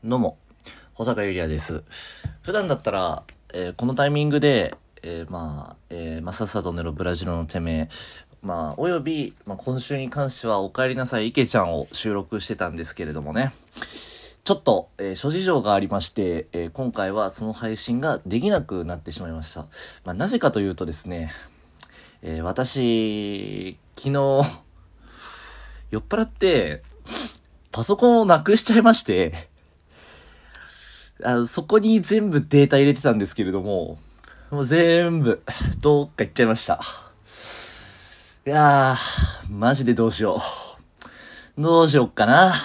どうも、保坂ゆりやです。普段だったら、このタイミングで、さっさと寝ろブラジルのてめえ、および、今週に関してはお帰りなさい池ちゃんを収録してたんですけれどもね。ちょっと、諸事情がありまして、今回はその配信ができなくなってしまいました。なぜかというとですね、私、昨日、酔っ払って、パソコンをなくしちゃいまして、そこに全部データ入れてたんですけれども、もう全部、どっか行っちゃいました。いやー、マジでどうしよう。どうしよっかな。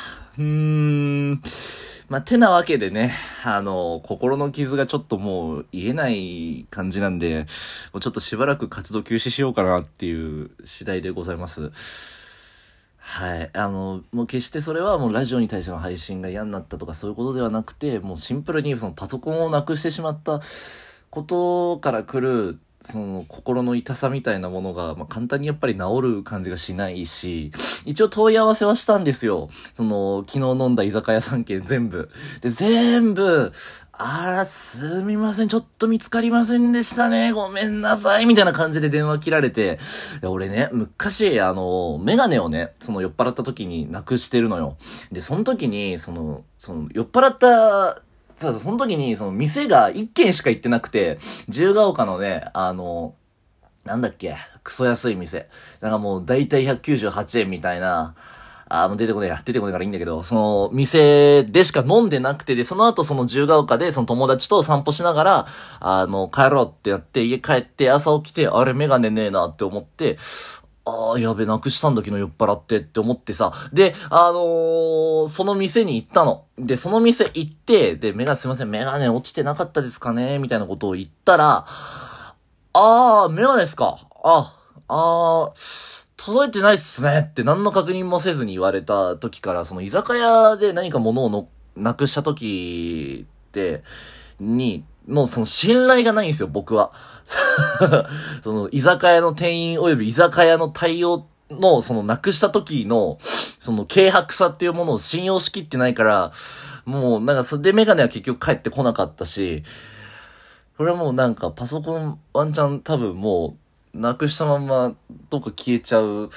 てなわけでね、心の傷がちょっともう癒えない感じなんで、もうちょっとしばらく活動休止しようかなっていう次第でございます。はい。もう決してそれはもうラジオに対しての配信が嫌になったとかそういうことではなくて、もうシンプルにそのパソコンをなくしてしまったことから来る、その心の痛さみたいなものが、簡単にやっぱり治る感じがしないし、一応問い合わせはしたんですよ。昨日飲んだ居酒屋3軒全部。で、全部、すみません、ちょっと見つかりませんでしたね、ごめんなさい、みたいな感じで電話切られて、俺ね、昔、メガネをね、酔っ払った時になくしてるのよ。で、その時に、酔っ払ったその時に、店が1軒しか行ってなくて、自由が丘のね、なんだっけ、クソ安い店。なんかもう、だいたい198円みたいな、もう出てこねえからいいんだけど、その、店でしか飲んでなくて、で、その後自由が丘で、友達と散歩しながら、帰ろうってやって、家帰って朝起きて、あれメガネねえなって思って、やべ、なくしたんだ昨日酔っ払ってって思ってさ。で、その店に行ったの。で、その店行って、で、すいません、メガネ落ちてなかったですかねみたいなことを言ったら、メガネっすか届いてないっすねって何の確認もせずに言われた時から、居酒屋で何か物をなくした時って、信頼がないんですよ、僕は。居酒屋の店員及び居酒屋の対応の、なくした時の、軽薄さっていうものを信用しきってないから、もう、それでメガネは結局帰ってこなかったし、これはもうパソコンワンチャン多分もう、なくしたまま、どっか消えちゃう。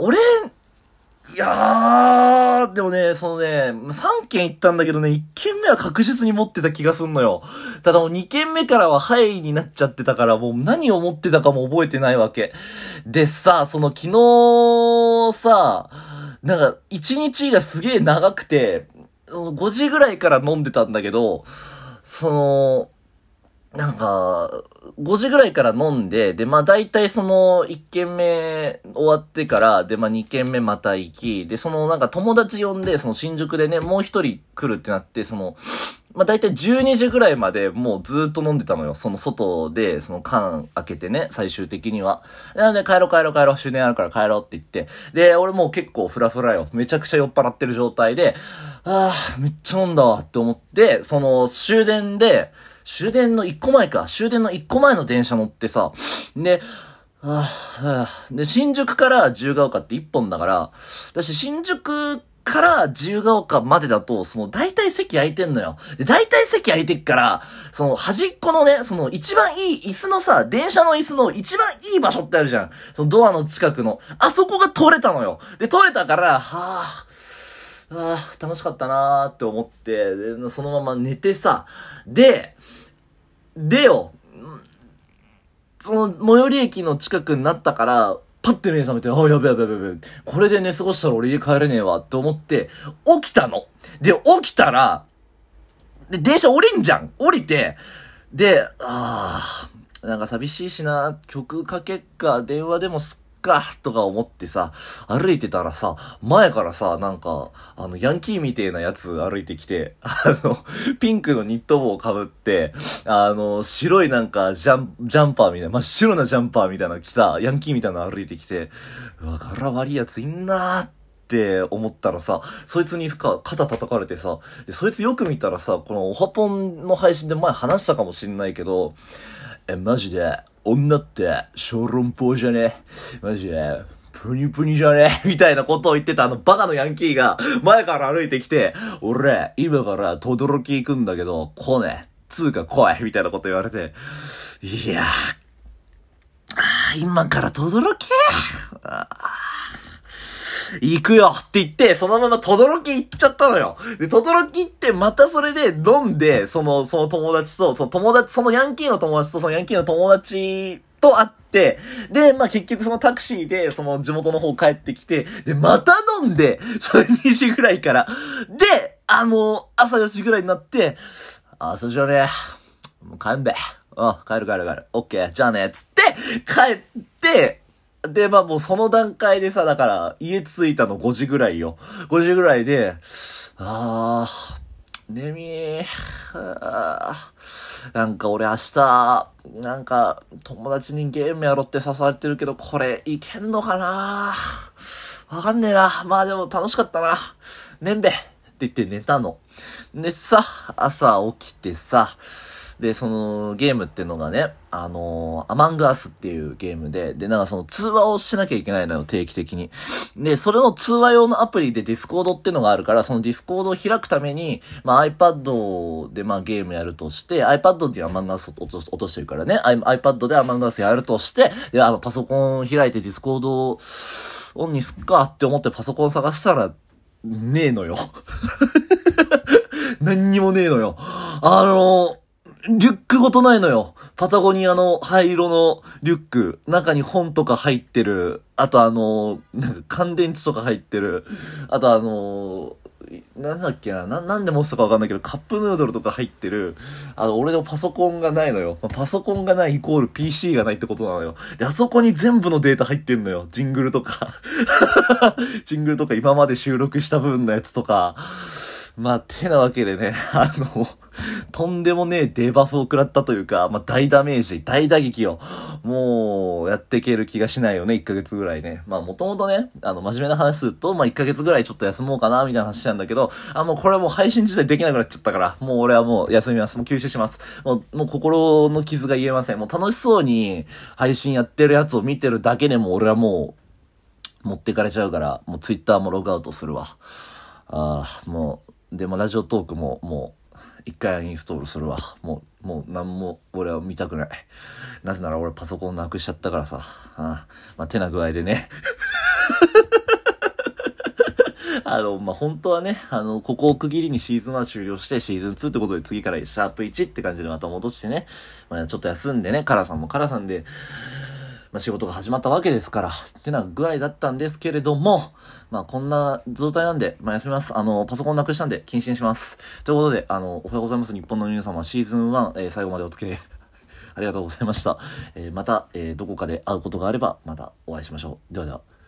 でもね、3軒行ったんだけどね、1軒目は確実に持ってた気がすんのよ。ただもう2軒目からはハイになっちゃってたから、もう何を持ってたかも覚えてないわけ。でさ、昨日さ、1日がすげえ長くて、5時ぐらいから飲んでたんだけど、5時ぐらいから飲んで、で、大体1軒目終わってから、で、2軒目また行き、で、友達呼んで、新宿でね、もう一人来るってなって、大体12時ぐらいまでもうずーっと飲んでたのよ。外で、缶開けてね、最終的には。なので、帰ろう、終電あるから帰ろうって言って。で、俺もう結構フラフラよ。めちゃくちゃ酔っ払ってる状態で、めっちゃ飲んだわって思って、終電の1個前か。終電の1個前の電車乗ってさ、で、で、新宿から自由が丘って1本だから、新宿から自由が丘までだと、大体席空いてんのよ。で、大体席空いてっから、端っこのね、一番いい椅子のさ、電車の椅子の一番いい場所ってあるじゃん。ドアの近くの。あそこが取れたのよ。で、取れたから、楽しかったなーって思って、で、そのまま寝てさ、でよ、最寄り駅の近くになったから、パッて目覚めて、やべ。これで寝過ごしたら俺家帰れねえわって思って、起きたの。で、起きたら、で、電車降りんじゃん。降りて、で、寂しいしな、曲かけっか、電話でもすっか、とか思ってさ、歩いてたらさ、前からさ、ヤンキーみてえなやつ歩いてきて、ピンクのニット帽を被って、白いジャンパーみたいな、真っ白なジャンパーみたいなの着た、ヤンキーみたいなの歩いてきて、柄悪いやついんなーって思ったらさ、そいつに肩叩かれてさ、で、そいつよく見たらさ、このオハポンの配信で前話したかもしんないけど、マジで、女って小籠包じゃねマジで、 プニプニじゃねみたいなことを言ってたバカのヤンキーが前から歩いてきて、俺、今から轟行くんだけど、来ね。つうか来いみたいなこと言われて、いや今から轟行くよって言って、そのまま轟行っちゃったのよ。で、轟行って、またそれで飲んで、その友達と、そのヤンキーの友達と、そのヤンキーの友達と会って、で、結局そのタクシーで、その地元の方帰ってきて、で、また飲んで、それ2時ぐらいから。で、朝4時ぐらいになって、朝じゃねえ。もう帰んべ。帰る。オッケー。じゃあね。つって、帰って、で、もうその段階でさ、だから、家着いたの5時ぐらいよ。5時ぐらいで、眠い。なんか俺明日、なんか友達にゲームやろって誘われてるけど、これいけんのかな？わかんねえな。でも楽しかったな。ねんべって言って寝たの。でさ、朝起きてさ、で、そのゲームっていうのがね、アマングアスっていうゲームで、なんかその通話をしなきゃいけないのよ、定期的に。で、それの通話用のアプリでディスコードっていうのがあるから、そのディスコードを開くために、iPad でゲームやるとして、iPad でアマングアス落としてるからね、iPad でアマングアスやるとして、で、パソコン開いてディスコードをオンにすっかって思ってパソコン探したら、ねえのよ。何にもねえのよ。リュックごとないのよ。パタゴニアの灰色のリュック。中に本とか入ってる。あとなんか乾電池とか入ってる。あとなんだっけな。なんで持つとかわかんないけど、カップヌードルとか入ってる。俺のパソコンがないのよ。パソコンがないイコール PC がないってことなのよ。で、あそこに全部のデータ入ってんのよ。ジングルとか。ジングルとか今まで収録した分のやつとか。てなわけでね、とんでもねえデバフを食らったというか、大ダメージ、大打撃を、もう、やっていける気がしないよね、1ヶ月ぐらいね。もともとね、真面目な話すると、1ヶ月ぐらいちょっと休もうかな、みたいな話なんだけど、もうこれはもう配信自体できなくなっちゃったから、もう俺はもう休みます。もう休止します。もう心の傷が癒えません。もう楽しそうに配信やってるやつを見てるだけでも俺はもう、持ってかれちゃうから、もう Twitter もログアウトするわ。でもラジオトークももう一回インストールするわ。もう何も俺は見たくない。なぜなら俺パソコンなくしちゃったからさ。手な具合でね。本当はね、ここを区切りにシーズン1終了してシーズン2ってことで次からシャープ1って感じでまた戻してね。ちょっと休んでね、カラさんもカラさんで、仕事が始まったわけですから、ってな具合だったんですけれども、こんな状態なんで、休みます。パソコンなくしたんで、謹慎します。ということで、おはようございます。日本の皆様、シーズン1、最後までお付き合いありがとうございました。また、どこかで会うことがあれば、またお会いしましょう。ではでは。